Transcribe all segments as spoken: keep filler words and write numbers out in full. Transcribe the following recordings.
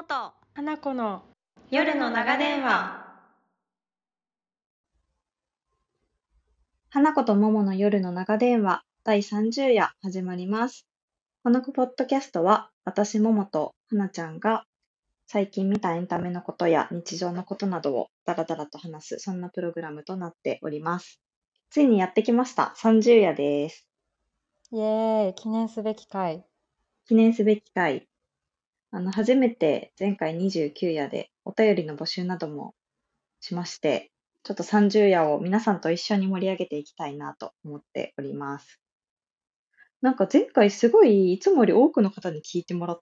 もと花子の夜の長電話。 花子と桃の夜の長電話だいさんじゅう夜始まります。このポッドキャストは私桃と花ちゃんが最近見たエンタメのことや日常のことなどをダラダラと話す、そんなプログラムとなっております。ついにやってきました。さんじゅう夜です。 イエーイ、記念すべき回。 記念すべき回。あの、初めて前回にじゅうきゅう夜でお便りの募集などもしまして、ちょっとさんじゅう夜を皆さんと一緒に盛り上げていきたいなと思っております。なんか前回すごいいつもより多くの方に聞いてもらって、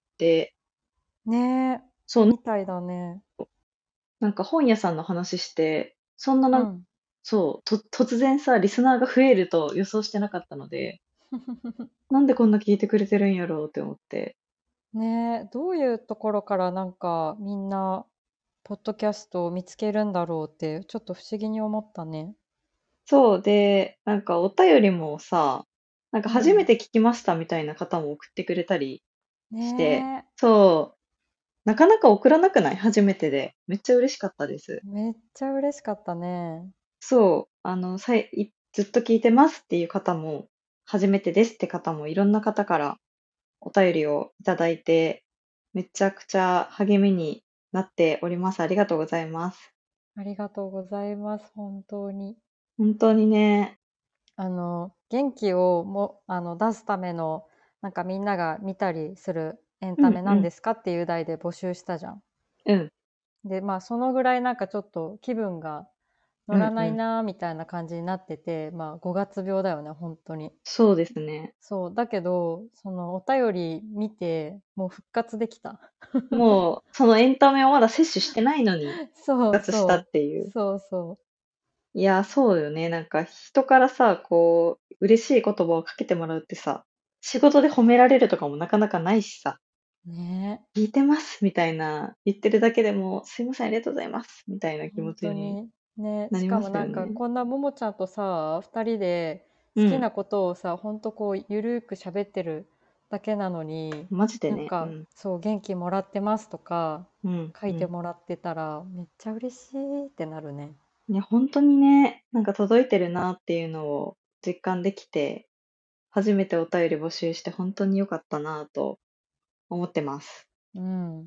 ねえ、 そう、 みたいだね。 なんか本屋さんの話して、そんななんか、 うん。 そう、と、突然さ、リスナーが増えると予想してなかったので、なんでこんな聞いてくれてるんやろうって思って。 ねえ、どういうところからなんかみんな、ポッドキャストを見つけるんだろうって、ちょっと不思議に思ったね。 そうで、なんかお便りもさ、なんかうん。 初めて聞きましたみたいな方も送ってくれたりして、 ねそう、なかなか送らなくない初めてで。めっちゃ嬉しかったです。 え、めっちゃ嬉しかったね。 そう、あの、さい、いずっと聞いてますっていう方も、初めてですって方も、いろんな方からお便りをいただいて、めちゃくちゃ励みになっております。ありがとうございます。 ありがとうございます、本当に。 本当にね、 あの、元気をも、あの、出すための、なんかみんなが見たりするエンタメなんうんうん、 ですかっていう題で募集したじゃん。 うん、 で、まあ、そのぐらいなんかちょっと気分が乗らないうんうん。 なーみたいな感じになってて、まあ、ごがつ病だよね、本当に。 そうですね。 そう。だけど、そのお便り見て、もう復活できた。 もう、そのエンタメをまだ摂取してないのに、 そう復活したそう。 っていう。 そうそいや、そうよね。なんか人からさ、こう、嬉しい言葉をかけてもらうってさ、仕事で褒められるとかもなかなかないしさ、 う。ねえ。 聞いてますみたいな、言ってるだけでも、すいません、ありがとうございますみたいな気持本ちに当に。ね、 なりましかもなんすよね。 かこんなももちゃんとさ、二人でうん。 好きなことをさ、ほんとこうゆるーく喋ってるだけなのに、 マジでね。うなんかん。 そう元気もらってますとかうん。 書いてうん。 もらってたらめっちゃ嬉しいってなるね。 いや、本当にね、なんか届いてるなっていうのを実感できて、初めてお便り募集して本当に良かったなと思ってます。 うん。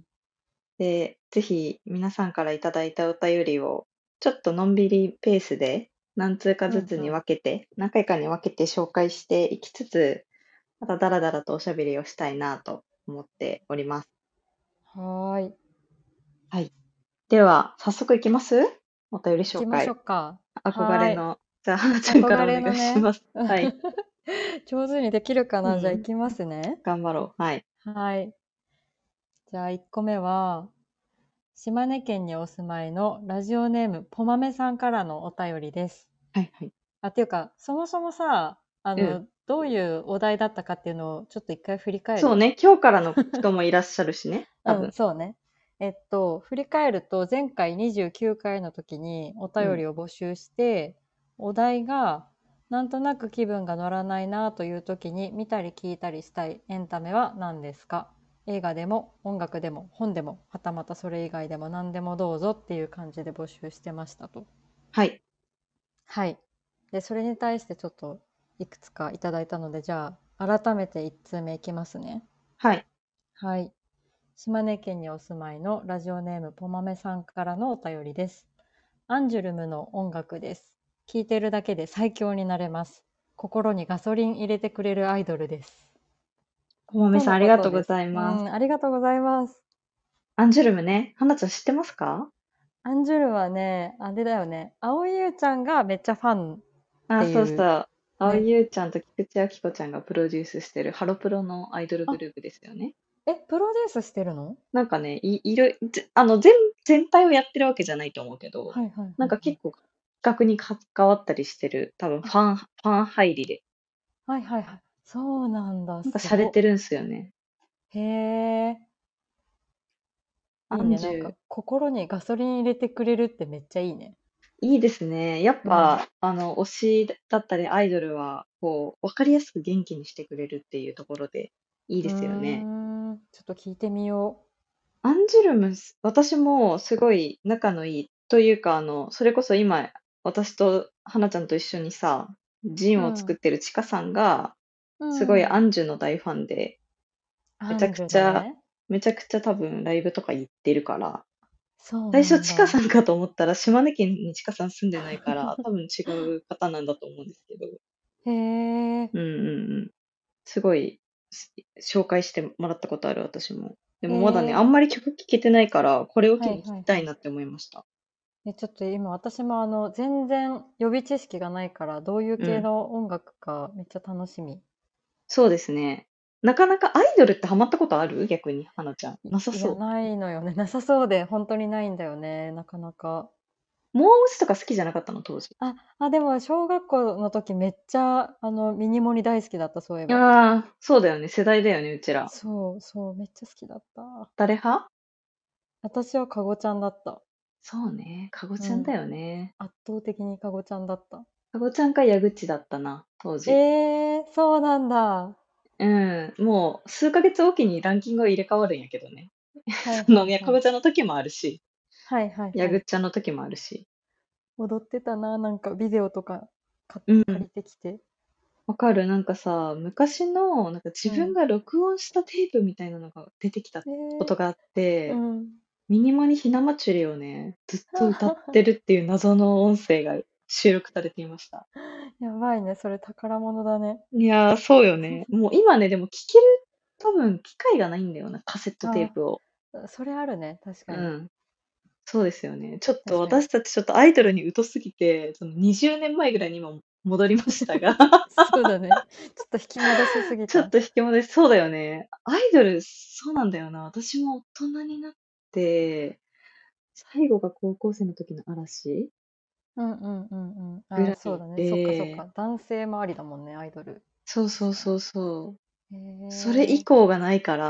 で、ぜひ皆さんからいただいたお便りを、ちょっとのんびりペースで何通かずつにうんうん。 分けて、何回かに分けて紹介していきつつ、またダラダラとおしゃべりをしたいなと思っております。 はーい。 はい。では、早速いきますお便り行きましょう紹介。 か。はーい。 憧れの、じゃあ、花ちゃんか憧らお願れのね。 いします。はい。 上手にできるかな。じゃあ行うん。 きますね。 頑張ろう。はい。 はい。じゃあいっこめは、島根県にお住まいのラジオネームぽまめさんからのお便りです。 はいはい。 あ、っていうか、そもそもさ、あうん。 の、どういうお題だったかっていうのをちょっと一回振り返る。 そうね。今日からの人もいらっしゃるしね。 うん、 多分。 そうね。えっと、振り返ると前回にじゅうきゅうかいの時におうん。 便りを募集して、お題がなんとなく気分が乗らないなという時に見たり聞いたりしたいエンタメは何ですか？映画でも音楽でも本でもはたまたそれ以外でも何でもどうぞっていう感じで募集してましたと。 はい。 はい。で、それに対してちょっといくつかいただいたので、じゃあ改めていち通目いきますね。 はい。 はい。島根県にお住まいのラジオネームぽまめさんからのお便りです。アンジュルムの音楽です。聴いてるだけで最強になれます。心にガソリン入れてくれるアイドルです。 ともめさん、 とのありがことです。 とうございます。 うん、ありがとうございます。 アンジュルムね。花ちゃん知ってますか？ アンジュルムはね、あれだよね。青井優ちゃんがめっちゃファンっあ、 ていうそうそう。青井ね。 優ちゃんと菊池亜希子ちゃんがプロデュースしてるハロプロのアイドルグあ、 ループですよね。 え、プロデュースしてるの？ なんかね、い、いろい、ぜあの、全、全体をやってるわけじゃないと思うけど、 はいはいはいはい。 なんか結構、企画に関わったりしてる、多分フあ、 ァン、ファン入りで、 はいはいはい。そうなんだ、 なんかすご。 洒落てるんすよね。 へえ、いいね。なんか、 アンジュ、 心にガソリン入れてくれるってめっちゃいいね。 いいですね。やっうん。 ぱ、あの、推しだったりアイドルは、こう、わかりやすく元気にしてくれるっていうところで、いいうーですよね。 ん。ちょっと聞いてみよう。 アンジュルムス、私もすごい仲のいい。というか、あの、それこそ今、私と花ちゃんと一緒にさ、ジンを作っうん。 てるちかさんが、 うすごいアん。 ンジュの大ファンで、めちゃくアンジュちゃ、 のね。 めちゃくちゃ多分ライブとか行ってるから、 そう最初なんだ。 ちかさんかと思ったら島根県にちかさん住んでないから、多分違う方なんだと思うんですけど、 へえ。 うんうんうん。すごい、す紹介してもらったことある、私も。でへもまだね、あえ。 んまり曲聴けてないから、これを機はいに聴きはいはい。 たいなって思いました。 え、ちょっと今私もあの、全然予備知識がないから、どういう系うん。 の音楽かめっちゃ楽しみ。 そうですね。なかなかアイドルってハマったことある逆に、花ちゃん。 いいや、 なさそないのよね。なさそうで、本当にないんだよね。なかなか。 う。モームスとか好きじゃなかったの、当時。 あ、あ、でも小学校の時めっちゃ、あの、ミニモニ大好きだった、そういえば。 ああ、そうだよね。世代だよね、うちら。 そうそう、めっちゃ好きだった。 誰派？ 私はかごちゃんだった。 そうね。かごうん。 ちゃんだよね。 圧倒的にかごちゃんだった。 かごちゃんか矢口だったな、当え時。 ー、そうなんだ。 うん。もう、数ヶ月おきにランキングが入れ替わるんやけどね。 はいその、いや、 はいはい。 かごちゃんの時もあるし、 はいはい矢はい。 口ちゃんの時もあるし。 踊ってたな、なんかビデオとかかうん。 借りてきて。 わかる。なんかさ、昔の、なんか自分うん。 が録音したテープみたいなのが出てきたえー、 ことがあって、 うん。 ミニモニひな祭りをね、ずっと歌ってるっていう謎の音声が収録されていました。 やばいね、それ宝物だね。 いやー、そうよね。もう今ね、でも聴ける、多分機会がないんだよな、カセットテーあプを。 あ、それあるね、確かに。 うん。そうですよね。ちょっと確かに。 私たちちょっとアイドルに疎すぎて、そのにじゅうねんまえぐらいに今戻りましたが、 そうだね。ちょっと引き戻しすぎた。 ちょっと引き戻し、そうだよね。アイドル、そうなんだよな。私も大人になって、最後が高校生の時の嵐うんうんうんうん。ああ、 ぐらいそうだね。そっかそっで、 か。男性もありだもんね、アイドル。 そうそう確かに。 そうそう。 へそれ以え。 降がないから、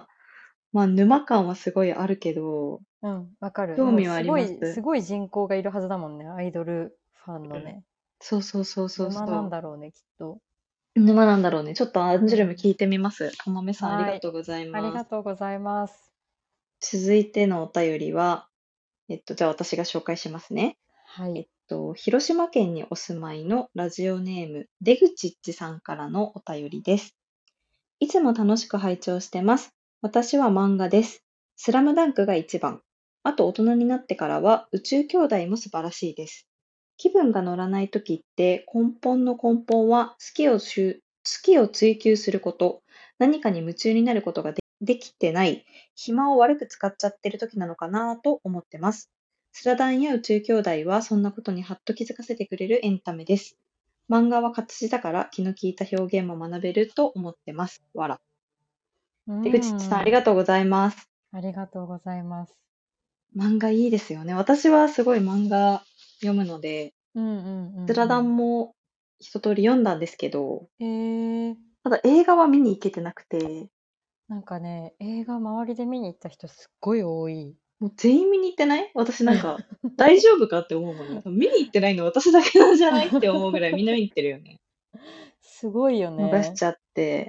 まあ沼感はすごいあるけど、 うん、わかる。もう興味はありすごい、すます。 ごい人口がいるはずだもんね。アイドルファンうん。 のね。 そうそうそうそう沼なんそだろうね、きっと。 う。沼なんだろうね。ちょっとアンジュルムうん。 聞いてみます。かまめさんありはーい。 がとうございあります。 がとうございます。 続いてのお便りは、えっと、じゃあ私が紹介しますね。 はい。 えっと、広島県にお住まいのラジオネーム、出口っちさんからのお便りです。いつも楽しく拝聴してます。私は漫画です。スラムダンクが一番。あと大人になってからは宇宙兄弟も素晴らしいです。気分が乗らない時って根本の根本は好きをしゅ好きを追求すること、何かに夢中になることがでできてない、暇を悪く使っちゃってる時なのかなと思ってます。スラダンや宇宙兄弟はそんなことにハッと気づかせてくれるエンタメです。漫画は活字だから気の利いた表現も学べると思ってます。わら。 うー出口さんありん。 がとうございます。 ありがとうございます。 漫画いいですよね。私はすごい漫画読むので、 うんうんうスラダんンも一通り読んだんですけど、 うん。へえ。 ただ映画は見に行けてなくて、 なんかね、映画周りで見に行った人すっごい多い。 もう全員見に行ってない私なんか、大丈夫かって思うもんね。見に行ってないの私だけなんじゃないって思うぐらいみんな見に行ってるよね。 すごいよね。 逃しちゃって。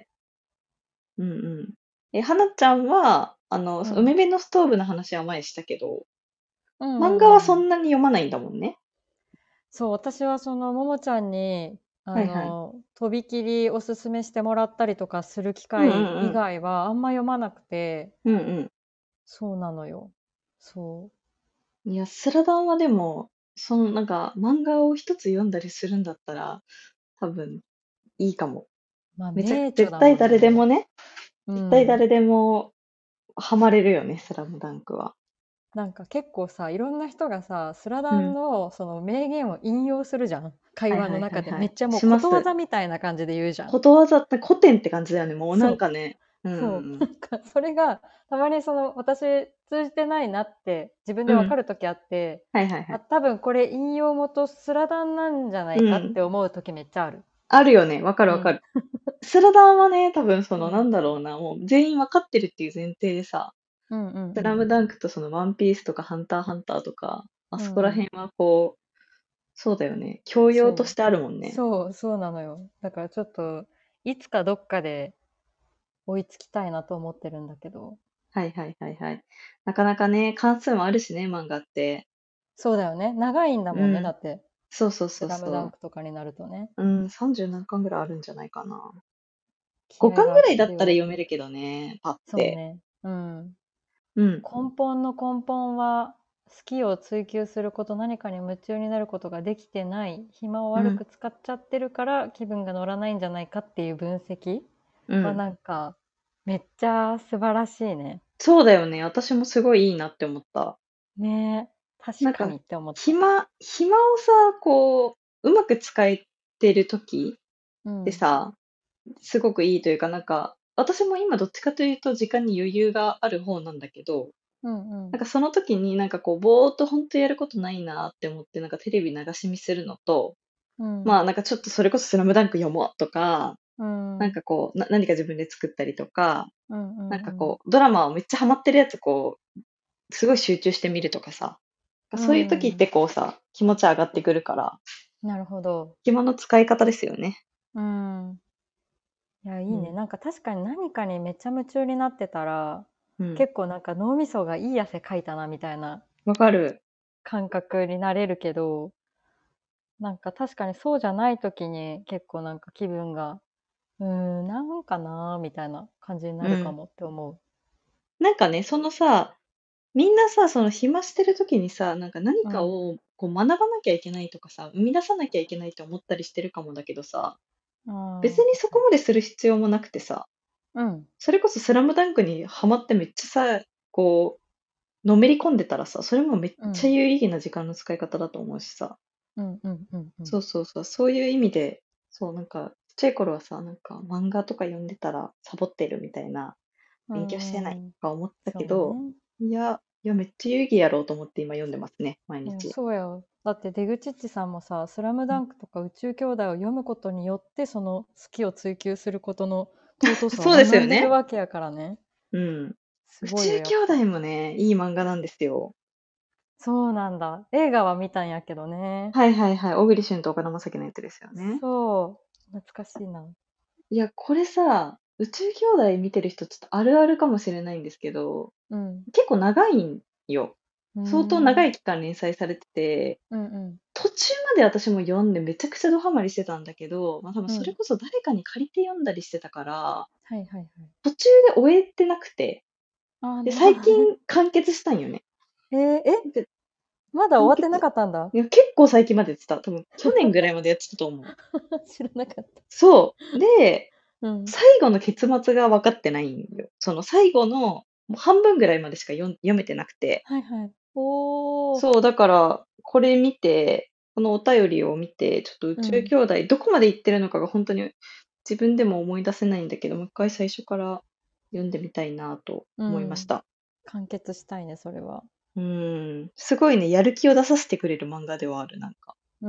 うんうん。え、はなちゃんは、あの、 うん。 海辺のストーブの話は前したけど、 うんう漫画はそんうんうん。 んなに読まないんだもんね。 そう、私はそのももちゃんに、あはいはい。 の、とびきりおすすめしてもらったりとかする機うんう会以んうん。 外はあんま読まなくて、 うんうん。 そうなのよ。そいや、スラダンはでも、そのなんか漫画を一つ読んだりするんだったら、多分いいかも。 う。まあ、 めちゃく、 名著だも絶対誰でんね。 もね、 うん。 絶対誰でもハマれるよね、スラムダンクは。 なんか結構さ、いろんな人がさ、スラダンうん。 のその名言を引用するじゃん。会はいはい話の中で。 はいはい。 めっちゃもうします。 ことわざみたいな感じで言うじゃん。 ことわざって古典って感じだよね。もうなんそかね。うう。 んうそう。 んなんかそれが、たまにその、私通じてないなって自分でうん。うん。 わかるときあって、あ、 はいはいはい。 多分これ引用元スラダンなんじゃないかっうん。 て思うときめっちゃある。 あるよね。わかるうん。 わかる。スラダンはね、多分そのなうん。 んだろうな、もう全員わかってるっていう前提でさ、 うんうんスラムダンクとそのワンピースとかハンターハンターとか、あうん。 そこらうん。 辺はこう、そうだよね。教養とそう。 してあるもんね。 そう、そうなのよ。だからちょっと、いつかどっかで追いつきたいなと思ってるんだけど。 はいはいはいはい。なかなかね、関数もあるしね、漫画って。 そうだよね。長いんだもんね、だうん。 って。 そうそうスラムダンそうそクとかになるとね。 う。うん、さんじゅう何巻ぐらいあるんじゃないかな。ごかん気合がぐらいだったら必要。 読めるけどね、パッて。 そうね。うん。 うん。 根本の根本は、好きを追求すること、何かに夢中になることができてない、暇をうん。 悪く使っちゃってるから気分が乗らないんじゃないかっていう分析はうん。 なんか、めっちゃ素晴らしいね。 そうだよね。私もすごいいいなって思った。 ねえ、確かなんか、 にって思った。 暇、暇をさ、こう、うまく使えてる時うん。 ってさ、すごくいいというか、なんか、私も今どっちかというと時間に余裕がある方なんだけど、 うんうん。 なんかその時になんかこう、ぼーっと本当やることないなって思って、なんかテレビ流し見するのと、 うん。 まあなんかちょっとそれこそスラムダンク読もうとか、 うん。 なんかこう、な何か自分で作ったりとか、 うんうなんかんうん。 こう、ドラマをめっちゃハマってるやつこう、すごい集中して見るとかさ、 うそういう時ってん。 こうさ、気持ち上がってくるから、 なるほど。 暇の使い方ですよね。 うん。いや、いいね。 うん。 なんか確かに何かにめっちゃ夢中になってたら、 うん。 結構なんか脳みそがいい汗かいたなみたいなわかる。 感覚になれるけど、なんか確かにそうじゃない時に結構なんか気分が、うーん、なんかなーみたいな感じになうん。 るかもって思なんかね、そのさ、みんなさ、その暇してる時にさ、なんか何う。うん。 かをこう学ばなきゃいけないとかさ、生み出さなきゃいけないって思ったりしてるかもだけどさ、別ああ、 にそ確かに。 こまでする必要もなくてさ、 うん。 それこそスラムダンクにハマってめっちゃさ、こう、のめり込んでたらさ、それもめっうん。 ちゃ有意義な時間の使い方だと思うしさ。 うんうんうんうん。 そうそうそう、そういう意味で、そう、なんか、ちっちゃい頃はさ、なんか漫画とか読んでたらサボってるみたいな、 うー勉強してないん。 とか思ったけそうど、 ね。 いや、いや、めっちゃ有意義やろうと思って今読んでますね、毎いや、 日。 そうよ。だって出口っちさんもさ、スラムうんダンクとか宇宙兄弟を読むことによって、その好きを追求することの尊さをそうです学んでるよね。 わけやからね。 うん。宇すごいよ、や宙兄弟っぱ。 もね、いい漫画なんですよ。 そうなんだ。映画は見たんやけどね。 はいはいはい。小栗旬と岡田将生のやつですよね。 そう。懐かしいな。 いや、これさ、宇宙兄弟見てる人ちょっとあるあるかもしれないんですけど、 うん。 結構長いんよ。 うー相当長ん。 い期間連載されてて、 うんうん。 途中まで私も読んでめちゃくちゃドハマりしてたんだけど、まあ多分うん。 それこそ誰かに借りて読んだりしてたから、 はいはいはい。 途中で終えてなくて、 ああ、 で、 なるほ最近どね。 完結したんよね。 えー、えで、 まだ終わってな完結。 かったんだ。 いや、結構最近までやってた。多分去年ぐらいまでやってたと思う。 知らなかった。 そう。で、 うん。 最後の結末が分かってないんよ。その最後のもう半分ぐらいまでしか読ん読めてなくて。 はいはい。おー。 そう、だから、これ見て、このお便りを見て、ちょっと宇うん。 宙兄弟どこまで行ってるのかが本当に自分でも思い出せないんだけど、もう一回最初から読んでみたいなとうん。 思いました。 完結したいね、それは。 うーん。すごいね、やる気を出させてくれる漫画ではある。なんか、 うん。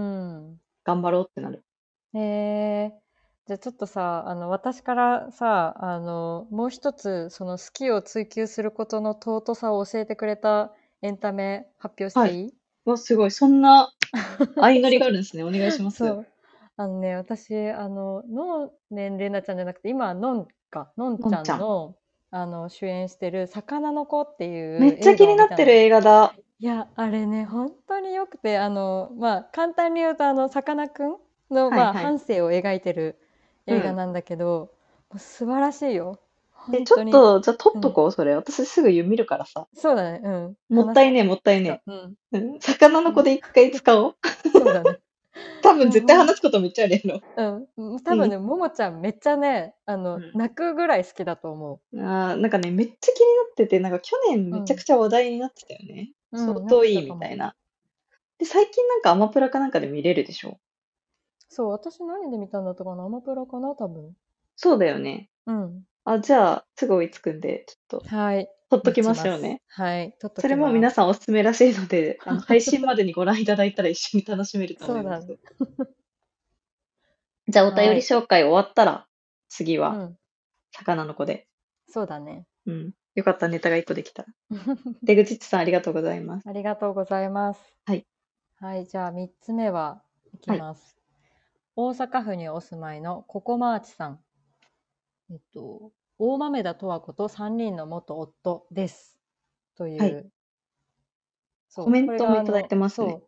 頑張ろうってなる。 えー、じゃあちょっとさ、あの、私からさ、あの、もう一つ、その好きを追求することの尊さを教えてくれたエンタメ発表しはい。 ていい？ わ、すごい。そんな相乗りがあるんですね。お願いします。 そう。あのね、私、あの、のんねんれなちゃんじゃなくて、今はのんか、のんちゃのんちゃん。 んの、あの、主演してる、魚の子っていう映めっちゃ気に画を見たの。 なってる映画だ。 いや、あれね、本当に良くて、あの、まあ、簡単に言うと、あの、さかなクンの、まあ、 はいはい。 半生を描いてるうん。 映画なんだけど、もう素晴らしいよ。 え、 本当に。 ちょっと、じゃあ撮っうん。 とこう、それ。私すぐ見るからさ。 そうだね、うん。話もったいねえ、もったいした。 ねうん。 え。うん。魚のうん。 子で一回使おう。 そうだね。 多分絶対もうほん、 話すことめっちゃあるやろ。 うん。もう多うん。 分ね、ももちゃんめっちゃね、あの、 う泣くぐらい好きだと思ん。ああ、なんかね、めっちゃ気になってて、なんか去年う。うめちゃくん。 ちゃ話題になってたよね。 うん、なっ相当いいてたかも。 みたいな。で、最近なんかアマプラかなんかで見れるでしょ？ そう、私何で見たんだったかな、アマプラかな、多分。 そうだよね。 うん。 あ、じゃあ、すぐ追いつくんで、ちょっと、 はい。待撮っときまちます。 しょうね。 はい。撮っとそれきます。 も皆さんおすすめらしいので、あの、配信までにご覧いただいたら一緒に楽しめると思そうだね。 います。じゃあ、お便りはい。 紹介終わったら、次は、 うん。 魚の子で。 そうだね。 うん。よかった、ネタが一個できた。出口さん、ありがとうございます。 ありがとうございます。 はい。 はい、じゃあみっつめはいきはい。 ます。大阪府にお住まいのココマーチさん。えっと、 大豆田十和子とさんにんの元夫です。といはい。 う、 コそう、これメントもいただいがあの、 てますね。 そう。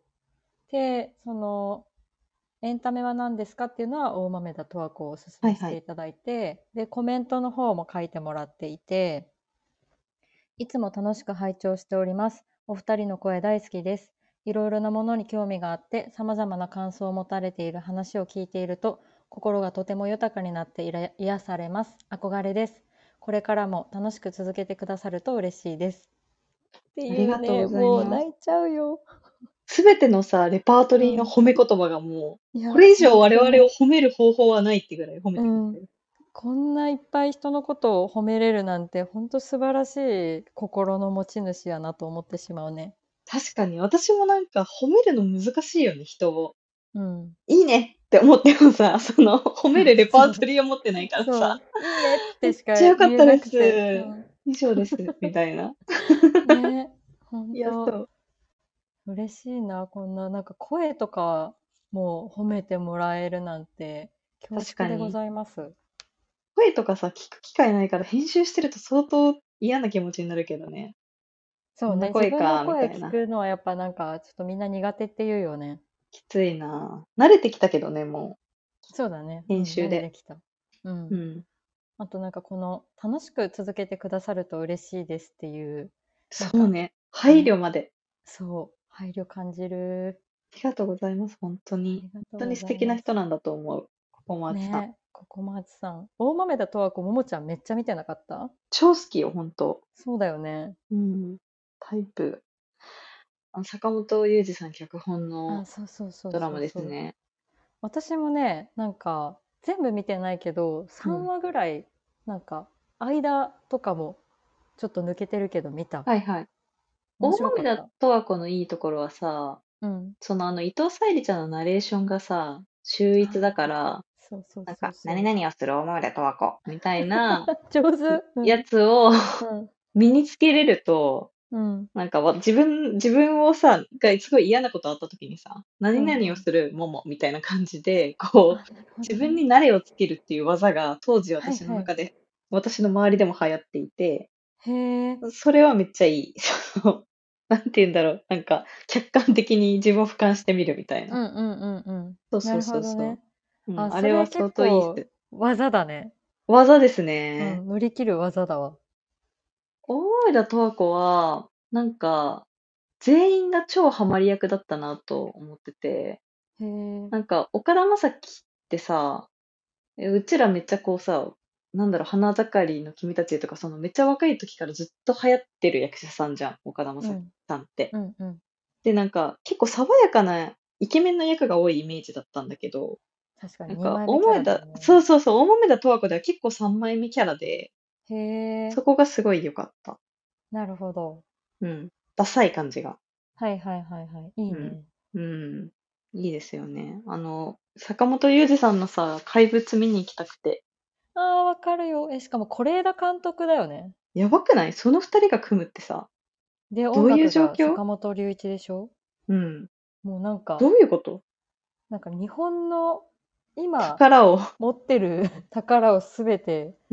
で、その、エンタメは何ですかっていうのは大豆田十和子をお勧めしはいはい。 ていただいて、で、コメントの方も書いてもらっていて、いつも楽しく拝聴しております。お二人の声大好きです。いろいろなものに興味があって、様々な感想を持たれている話を聞いていると、心がとても豊かになっていら癒されます。憧れです。これからも楽しく続けてくださると嬉しいです。ってありいうね、 がとうございもうます。 泣いちゃうよ。 すべてのさ、レパートリーのうん。 褒め言葉がもう、 いや、 これ以上本我々を当に。 褒める方法はないってぐらい褒めうん。 てくれてる。 こんないっぱい人のことを褒めれるなんて、本当素晴らしい心の持ち主やなと思ってしまうね。 確かに、私もなんか褒めるの難しいよね、人を。 うん。 いいねって思ってもさ、その褒めるレパートそう。 リーを持ってないからさ、 そう。いいねっめってしかちゃ良かっ言えたでなくて。うす。 ん。 以上です。みたいな。 ね。ほんいや、そと。 う。 嬉しいな。こんな、なんか声とかも褒めてもらえるなんて、恐縮でご確かに。 ざいます。 声とかさ、聞く機会ないから編集してると相当嫌な気持ちになるけどね。こんなそうね。自声か、み分の声たいな。 聞くのはやっぱなんか、ちょっとみんな苦手って言うよね。 きついな。慣れてきたけどね、もそうだね。 う、 うん。 編集で。 慣れてきた。うん。 うん。 あとなんかこの、楽しく続けてくださると嬉しいですっていう、なんかそうね。配ね、 慮まで。 そう、配慮感じる。 ありがとうございます。本当あに。 りがとうご本当に素敵なざいます。 人なんだと思う。ここもあつさん。 ねえ、ここまちさん。大豆田とわ子、ももちゃんめっちゃ見てなかった？ 超好きよ、本当。 そうだよね。 うん。タイプ。あの坂本雄二さん脚本あ、 のそうそうそうドラマそうそう。 ですね。 私もね、なんか、全部見てないけど、3 うん。 話ぐらい、なんか、間とかもちょっと抜けてるけど見た。 はいはい。 面大豆田白かった。 十和子のいいところはさ、 うん。 そのあの伊藤沙莉ちゃんのナレーションがさ、秀逸だああ、 から、 そうそうなんか、何そうそ 々をする大豆田十和子みたいなう。上手。うん。 やつをうん。 身につけれると、 うん。 なんかわ自分、自分をさ、がすごい嫌なことあった時にさ、何うんうん。 々をするももみたいな感じで、こあ、 う、 なるほど自分ね。 に慣れをつけるっていう技が当時私のはいはい。 中で、私の周りでも流行っていて、 へえ。 それはめっちゃいい。その、なんて言うんだろう。なんか、客観的に自分を俯瞰してみるみたいな。 うんうんうんうん。 そうそうなるそうそほどね。 う。うん、 あ、 あれはそれ結相当いいっ構す。 技だね。 技ですね。 うん、乗り切る技だわ。 大前田十和子は、なんか、全員が超ハマり役だったなと思ってて、 へえ。 なんか、岡田将生ってさ、えうちらめっちゃこうさ、なんだろう、花盛りの君たちとか、そのめっちゃ若い時からずっと流行ってる役者さんじゃん、岡田将生うん。 さんって。 うんうん。 で、なんか、結構爽やかなイケメンの役が多いイメージだったんだけど、 確かになんか、 にまいめキャ大豆田、 ラだよね。 そうそうそう、大豆田十和子では結構さんまいめキャラで、 へえ。 そこがすごい良かった。 なるほど。 うん。ダサい感じが。 はいはいはいはい。いいうん。 ね。 うん。いいですよね。あの、坂本雄二さんのさ、怪物見に行きたくて。 ああ、わかるよ。え、しかも是枝監督だよね。 やばくないその二人が組むってさ、 で、 どういう音楽が状況？ 坂本龍一でしょ？ うん。 もうなんか、 どういうこと？ なんか日本の今宝を。 持ってる宝をすべてうん。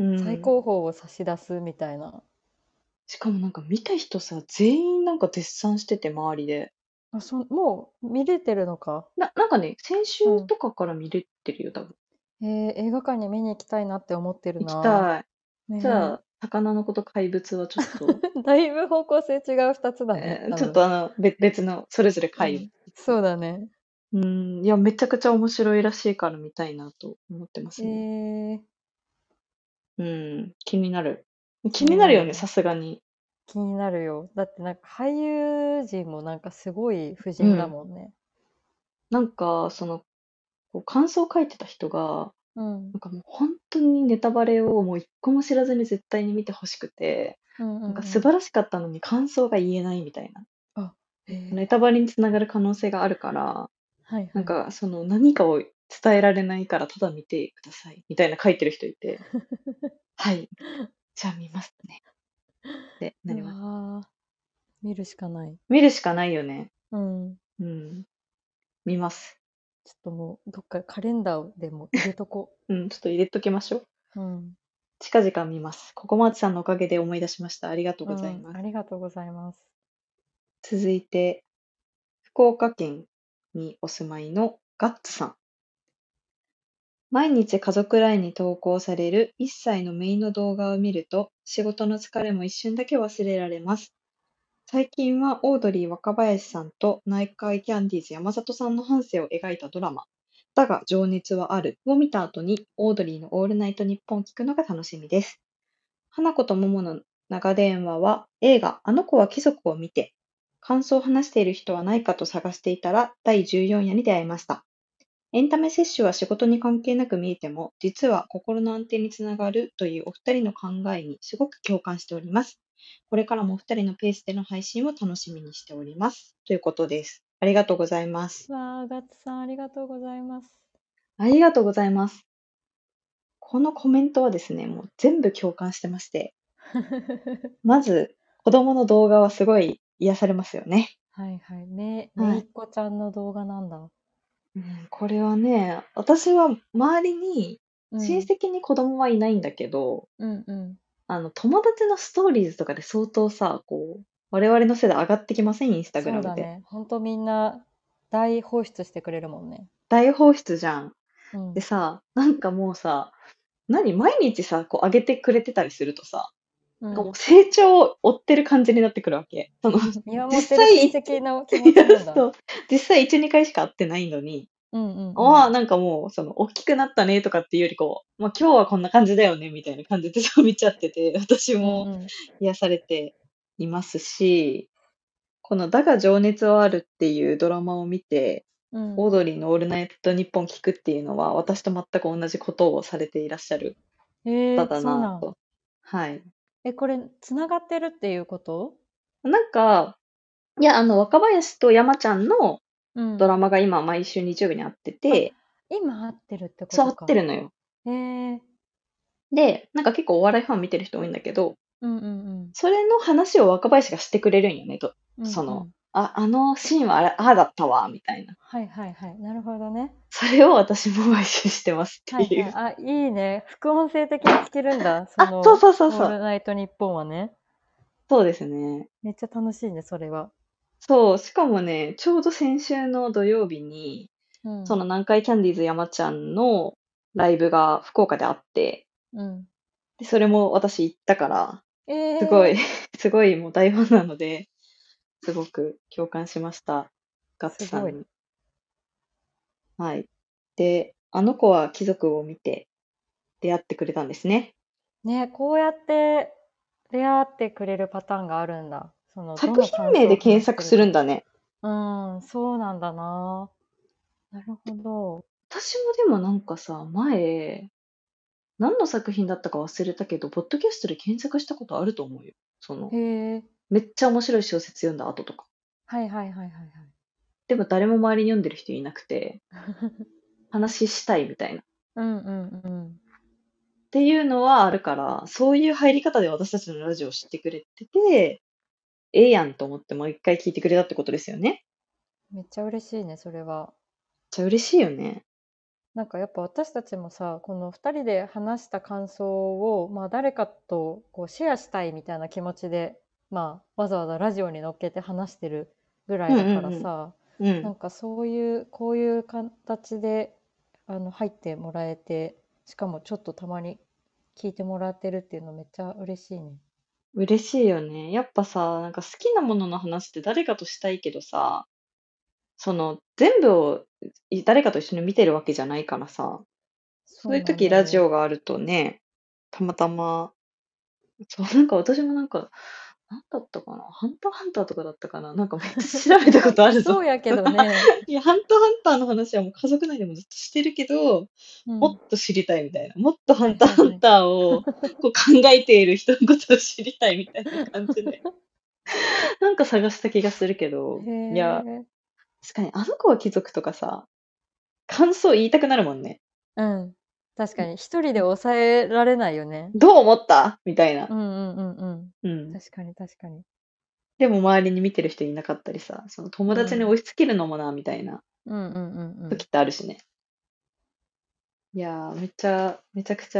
最高峰を差し出すみたいな。 しかもなんか見た人さ、全員なんか絶賛してて、周りで。 あ、そ、もう見れてるのか。 な、なんかね、先週うん。 とかから見れてるよ、多分。 えー、映画館に見に行きたいなって思ってる行きな。 たい。じゃねあ、魚のこと怪物はちょっと、 え。だいぶ方向性違う二つだね、 えーちょっ多分。 とあの、別別の、それぞれ回を。 うん。そうだね。 うん、いや、めちゃくちゃ面白いらしいから見たいなと思ってまえすね。 ー、 うん、気になる。気気になるよね、 になる。 さすがに。 気になるよ。だってなんか俳優陣もなんかすごい婦人だうん。 もんね。 なんか、その、こう感想を書いてた人が、 うん。 なんかもう本当にネタバレをもう一個も知らずに絶対に見てほしくて、 うんうなんかんうん。 素晴らしかったのに感想が言えないみたいな。 あ、へえ。 ネタバレにつながる可能性があるから、 はいはい。 なんかその何かを伝えられないからただ見てくださいみたいな書いてる人いて、はい、じゃあ見ますねってなうります。 わー、見るしかない。 見るしかないよね。 うん。 うん、見ます。 ちょっともう、どっかカレンダーでも入れとこうん、ちょっと入れときましょう。 う。うん。 近々見ます。ここまちさんのおかげで思い出しました。ありがとううん、 ございます。 ありがとうございます。 続いて、福岡県にお住まいのガッツさん。毎日家族ラインに投稿されるいっさいの姪の動画を見ると、仕事の疲れも一瞬だけ忘れられます。最近はオードリー若林さんと内海キャンディーズ山里さんの半生を描いたドラマ、だが情熱はあるを見た後に、オードリーのオールナイトニッポンを聞くのが楽しみです。花子と桃の長電話は映画あの子は貴族を見て、感想を話している人はないかと探していたらだいじゅうよんやに出会いました。エンタメ摂取は仕事に関係なく見えても、実は心の安定につながるというお二人の考えにすごく共感しております。これからもお二人のペースでの配信を楽しみにしております。ということです。ありがとうございます。 わあ、ガッツさんありがとうございます。 ありがとうございます。このコメントはですね、もう全部共感してまして、まず、子供の動画はすごい癒されますよね。 はいはい。め、めいっはい。 子ちゃんの動画なんだ。 うん、これはね、私は周りに親うん。 戚に子供はいないんだけど、 うんうん。 あの、友達のストーリーズとかで相当さ、こう、我々の世代上がってきませんインスタグラムで。 そうだね。ほんとみんな大放出してくれるもんね。 大放出じゃん。 うん。 でさ、なんかもうさ、何毎日さ、こう上げてくれてたりするとさ、なんかもううん。 成長を追ってる感じになってくるわけ。その、 見守ってる親実際、 戚の気持いや、 ちなんだ。 そう、実際いち、にかいしか会ってないのに、 うんうんうん。 ああ、なんかもう、その、大きくなったねとかっていうよりこう、まあ今日はこんな感じだよね、みたいな感じでそう見ちゃってて、私もうんうん。 癒されていますし、このだが情熱はあるっていうドラマを見て、 うん。 オードリーのオールナイトニッポン聞くっていうのは、私と全く同じことをされていらっしゃるえー、 方だそうなん。 なと。はい。 え、これ、つながってるっていうこと？ なんか、いや、あの、若林と山ちゃんのうん。 ドラマが今毎週日曜日にあってあ、 て、 今合ってるってこそう合ってとか。 るのよ。 えー、 で、なんか結構お笑いファン見てる人多いんだけど、 うんうんうん。 それの話を若林がしてくれるんよね、と。その、 うんうん。 あ、あのシーンはあれ、ああだったわ、みたいな。 はいはいはい。なるほどね。 それを私も毎週してますってはいはい。 いう。 あ、いいね。副音声的に聞けるんだ。そあ、そうの、 そうそうそう。 オールナイトニッポンはね。 そうですね。 めっちゃ楽しいね、それは。 そう、しかもね、ちょうど先週の土曜日に、 うん。 その南海キャンディーズ山ちゃんのライブが福岡であって、 うん。 で、それも私行ったから、 えすごい、 ー、 すごいもう大ファンなので、すごく共感しました。ガッツすごい。 さんに。はい。で、あの子は貴族を見て出会ってくれたんですね。 ね、こうやって出会ってくれるパターンがあるんだ。その、ど作の品名で感想を検索話してるか。 するんだね。 うん、そうなんだな。なるほど。 私もでもなんかさ、前、何の作品だったか忘れたけど、ポッドキャストで検索したことあると思うよ。その、 へえ。 めっちゃ面白い小説読んだ後とか。 はいはいはいはいはい。 でも誰も周りに読んでる人いなくて、話したいみたいな。っうんうんうん。 ていうのはあるから、そういう入り方で私たちのラジオを知ってくれてて、ええやんと思ってもう一回聞いてくれたってことですよね。 めっちゃ嬉しいね、それは。 めっちゃ嬉しいよね。 なんかやっぱ私たちもさ、この二人で話した感想を、まあ誰かとこうシェアしたいみたいな気持ちで、まあわざわざラジオに乗っけて話してるぐらうんいだからうんさ、 うん。うん。 なんかそういう、こういう形で、あの、入ってもらえて、しかもちょっとたまに聞いてもらってるっていうのめっちゃ嬉しいね。 嬉しいよね。やっぱさ、なんか好きなものの話って誰かとしたいけどさ、その全部をい誰かと一緒に見てるわけじゃないからさ、そういうそうなん時ラジだよ。 オがあるとね、たまたま、そう、なんか私もなんか、なんだったかなハンターハンターとかだったかななんかめっちゃ調べたことあるぞ。 そうやけどね。 いや、ハンターハンターの話はもう家族内でもずっとしてるけど、 うん。 もっと知りたいみたいな。もっとハはいンターハンはいはい。 ターをこう考えている人のことを知りたいみたいな感じで。なんか探した気がするけど、 へいや、 え。 確かにあの子は貴族とかさ、感想言いたくなるもんね。 うん。確かに一人で抑えられないよね。 どう思ったみたいな。 うんうんうんうん。 うん。 確かに確かに。 でも周りに見てる人いなかったりさ、その友達にうん。 押し付けるのもな、みたいなうんうんうんうん。 時ってあるしね。いやー、めっちゃ、めちゃくちゃ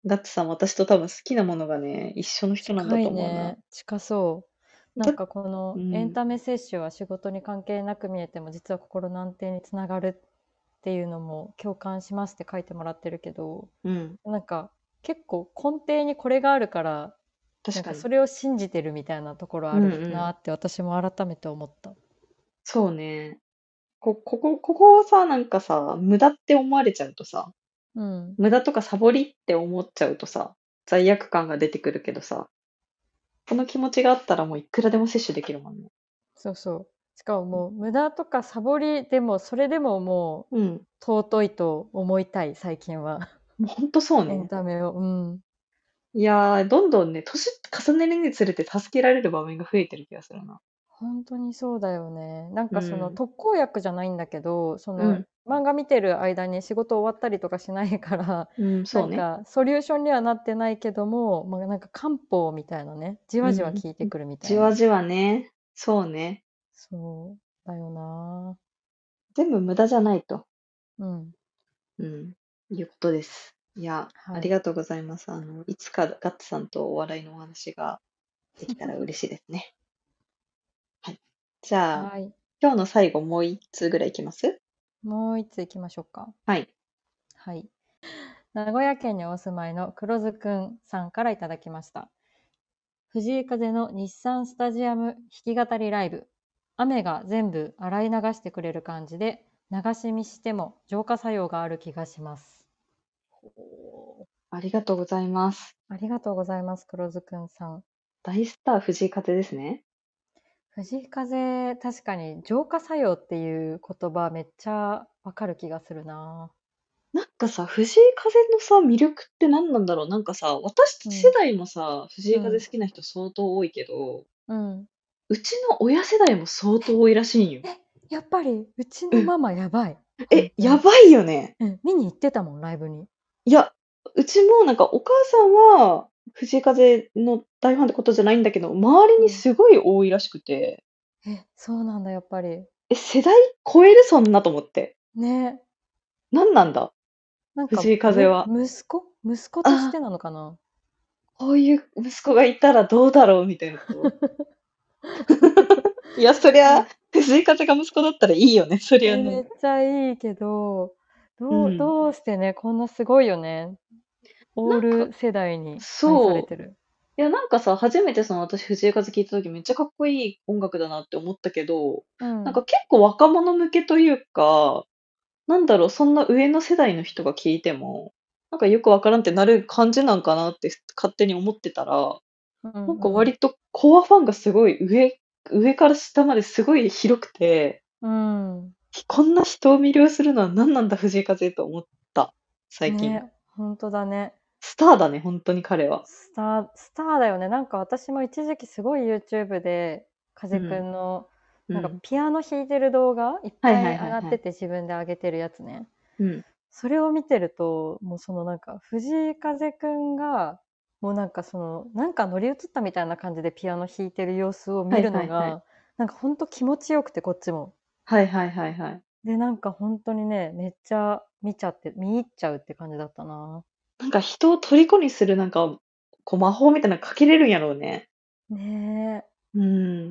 ガッツさん、私と多分好きなものがね、一緒の人なんだ近いと思うな。 ね。近そう。なだ、 んかこうのエンん、 タメ摂取は仕事に関係なく見えても実は心の安定につながるっていうのも共感しますって書いてもらってるけど、 うん、 なんか結構根底にこれがあるから、なん確かに。 かそれを信じてるみたいなところあうんうるなん。 って私も改めて思った。 そうね。こ、ここ、ここをさ、なんかさ、無駄って思われちゃうとさ、 うん。 無駄とかサボりって思っちゃうとさ、罪悪感が出てくるけどさ、この気持ちがあったらもういくらでも摂取できるもんね。 そうそう。しかももう無駄とかサボりでもそれでももううん。 尊いと思いたい最近は。 もうほんとそうエンね。 タメを。うん。 いやー、どんどんね、年重ねるにつれて助けられる場面が増えてる気がするな。 本当にそうだよね。なんかそのうん。 特効薬じゃないんだけど、そのうん。 漫画見てる間に仕事終わったりとかしないから、 うん、 なそうね。 んかソリューションにはなってないけども、まあ、なんか漢方みたいなね、じわじわうん。 効いてくるみたいな。 じわじわね。そうね。 そうだよな。 全部無駄じゃないと。 うん。 うん。いうことです。いや、あはい。 りがとうございます。あの、いつかガッツさんとお笑いのお話ができたら嬉しいですね。はい。じゃあ、 はい。 今日の最後もう一通ぐらいいきます？ もう一つ行きましょうか。 はい。 はい。名古屋県にお住まいの黒津くんさんからいただきました。藤井風の日産スタジアム弾き語りライブ。雨が全部洗い流してくれる感じで、流し見しても浄化作用がある気がします。 おー、ありがとうございます。 ありがとうございます、黒津くんさん。 大スター藤井風ですね。 藤井風、確かに浄化作用っていう言葉めっちゃわかる気がするな。 なんかさ、藤井風のさ、魅力って何なんだろう。なんかさ、私たち世うん、 代もさ、藤井風うん、 好きな人相当多いけど、 うん。 うちの親世代も相当多いらしいんよ。 え、やっぱりうちうん。 のママやばい。本え、 当に。 やばいよね。 うん、見に行ってたもん、ライブに。 いや、うちもなんかお母さんは藤井風の大ファンってことじゃないんだけど、周りうん。 にすごい多いらしくて、 え、そうなんだ、やっぱり。 え、世代超えるそんなと思って。 ね。 何なんだなんか、 藤井風む、 は。 息子息子としあ、 てなのかな。 こういう息子がいたらどうだろうみたいなこと。いや、そりゃ、 うん。 藤井風が息子だったらいいよね。そりゃえ、めね。 っちゃいいけど、どう、 うん。 どうしてね、こんなすごいよね。オーなんか、 ル世代に愛されそう。 てる。 いや、なんかさ、初めてその私藤井風聞いた時めっちゃかっこいい音楽だなって思ったけど、 うん。 なんか結構若者向けというか、なんだろう、そんな上の世代の人が聞いても、なんかよくわからんってなる感じなんかなって勝手に思ってたら、なんかうんうん。 割とコアファンがすごい上、上から下まですごい広くて、 うん。 こんな人を魅了するのは何なんだ藤井風と思った。最近。 ね、ほんとだね。 スターだね、本当に彼は。 スター、スターだよね。なんか私も一時期すごい YouTube で、風くうん、 んの、なんかうん。 ピアノ弾いてる動画いっはいはぱい上がっいはいはい。 てて自分で上げてるやつね。 うん、 それを見てると、もうそのなんか藤井風くんが、もうなんかその、なんか乗り移ったみたいな感じでピアノ弾いてる様子を見はいるはいはい。 のが、なんかほんと気持ちよくてこっちも。 はいはいはいはい。 で、なんか本当にね、めっちゃ見ちゃって、見入っちゃうって感じだったな。 なんか人を虜にするなんか、こう魔法みたいなのかけれるんやろうね。 ねえ。 うん。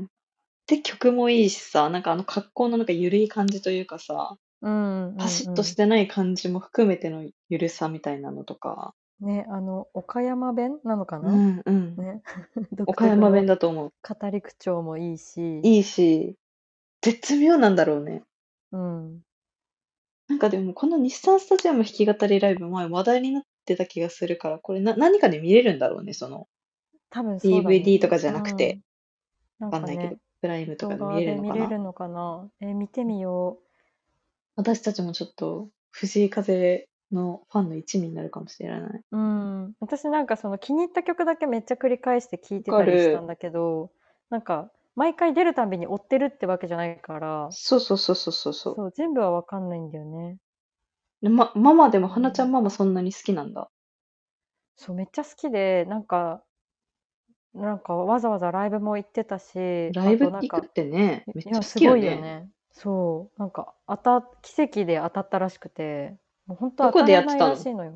で、曲もいいしさ、なんかあの格好のなんか緩い感じというかさ、 うんうパシッとんうん。 してない感じも含めてのゆるさみたいなのとか。 ね、あの、岡山弁なのかうな。 んうん。 ね。独岡山弁特のだと思う。 語り口調もいいし、 いいし、絶妙なんだろうね。 うん。 なんかでもこの日産スタジアム弾き語りライブ前話題になってた気がするから、これな、何かで見れるんだろうね、その多分そうだね。 ディーブイディー とかじゃうなくて、 ん。なんわかんないけど、 かね、 プライムとか動で見れる画でのかな。 見れるのかな。え、見てみよ私たちもちょっと藤井風のファンの一味になるかもしれない。 う。うん。私なんかその気に入った曲だけめっちゃ繰り返して聴いわてたりしたかる。 んだけど、なんか毎回出るたびに追ってるってわけじゃないから、 そうそうそうそうそうそそう、全部はわかんないんだよね。 う。でま、ママでも、 うん。 花ちゃんママそんなに好きなんだ。 そう、めっちゃ好きで、なんか、なんかわざわざライブも行ってたし、あライブ行くっとなんか、 てね、めっいや、 ちゃ好すごいよきよね。 ね。そう、なんか当た、奇跡で当たったらしくて、もう本当どこでや当たらないってたの？ らしいのよ。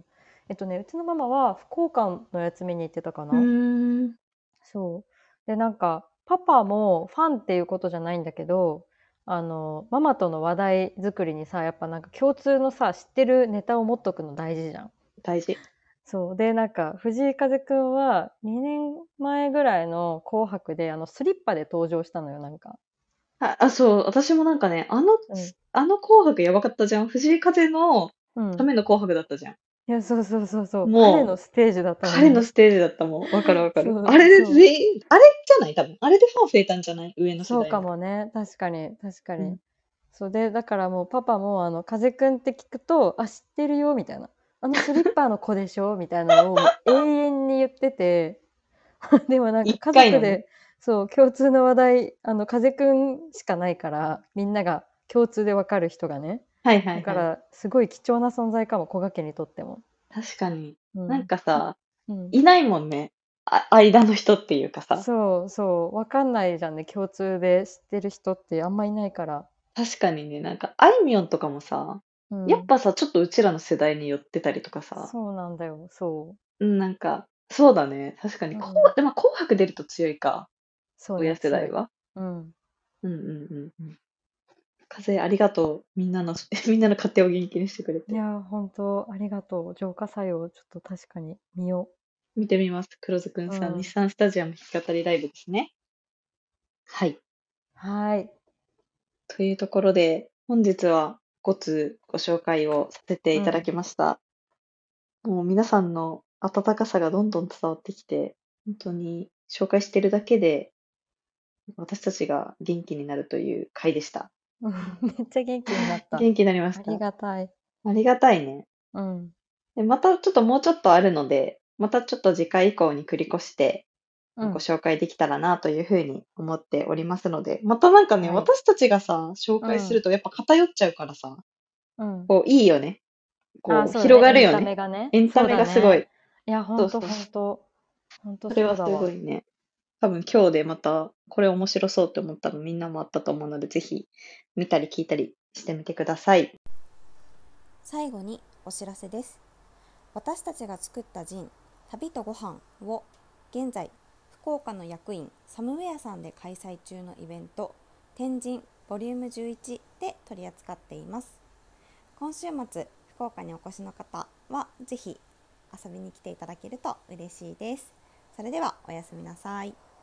えっとね、うちのママは福岡のやつ見に行ってたかうな。 ーん。 そう。で、なんか、パパもファンっていうことじゃないんだけど、あの、ママとの話題作りにさ、やっぱなんか共通のさ、知ってるネタを持っとくの大事じゃん。 大事。 そう。で、なんか、藤井風くんはにねんまえぐらいの紅白で、あの、スリッパで登場したのよ、なんか。 あ、あ、そう、私もなんかね、あの、 うん。 あの紅白やばかったじゃん。藤井風のうん。 ための紅白だったじゃん。 いや、そうそうそうそう。彼もう、 のステージだったもんね。 彼のステージだったもん。わかるわかる。 そう、 あれでそう。 全員、あれじゃない多分。あれでファン増えたんじゃない上の世そうか代の。 もね。確かに、確かに。 うん。 そうで、だからもうパパも、あの、風くんって聞くと、あ、知ってるよ、みたいな。あのスリッパの子でしょみたいなのをもう永遠に言ってて、でもなんか一家回のね。 族で、そう、共通の話題、あの、風くんしかないから、みんなが共通でわかる人がね。 はいはいはい。 だから、すごい貴重な存在かも、古賀家にとっても。 確かに。なんうん。 かさ、 うん。 いないもんね。あ、間の人っていうかさ。 そうそう、わかんないじゃんね。共通で知ってる人ってあんまいないから。 確かにね、なんか、あいみょんとかもさ、 うん。 やっぱさ、ちょっとうちらの世代に寄ってたりとかさ、 そうなんだよ。そうん、なんか、そうだね。確かに、 う。うこん。 う、でも紅白出ると強いか。親そうね、強い。 世代は。 うん。 うんうんうんうん。風ありがとう。みんなの、みんなの家庭を元気にしてくれて。 いやー、本当ありがとう。浄化作用、ちょっと確かに見よ見てみます。黒津くんう。うさん、日ん。 産スタジアム弾き語りライブですね。はい。 はい。 というところで、本日はご通ご紹介をさせていただうん。 きました。もう皆さんの温かさがどんどん伝わってきて、本当に紹介しているだけで私たちが元気になるという回でした。 うんめっちゃ元気になった。 元気になりまありした。 がたい。 ありがたいね。 うん。 で、またちょっともうちょっとあるので、またちょっと次回以降に繰り越してごうん。 紹介できたらなというふうに思っておりますので、またなんかね、 はい。 私たちがさ、紹うん。 介するとやっぱ偏っちゃうからさ、 うん。 こういいよね。 あ、 こう広そうだね。エンタがるよね。 メがね。 エンタそうメがすごい。 だね。いや、ほんとそうそう。 ほんと。ほんとそれはすそうだわ。 ごいね。多分今日でまたこれ面白そうって思ったのみんなもあったと思うので、ぜひ見たり聞いたりしてみてください。 最後にお知らせです。私たちが作ったジン、旅とご飯を現在、福岡の役員サムウェアさんで開催中のイベント、天神ボリュームじゅういちで取り扱っています。今週末、福岡にお越しの方はぜひ遊びに来ていただけると嬉しいです。それではおやすみなさい。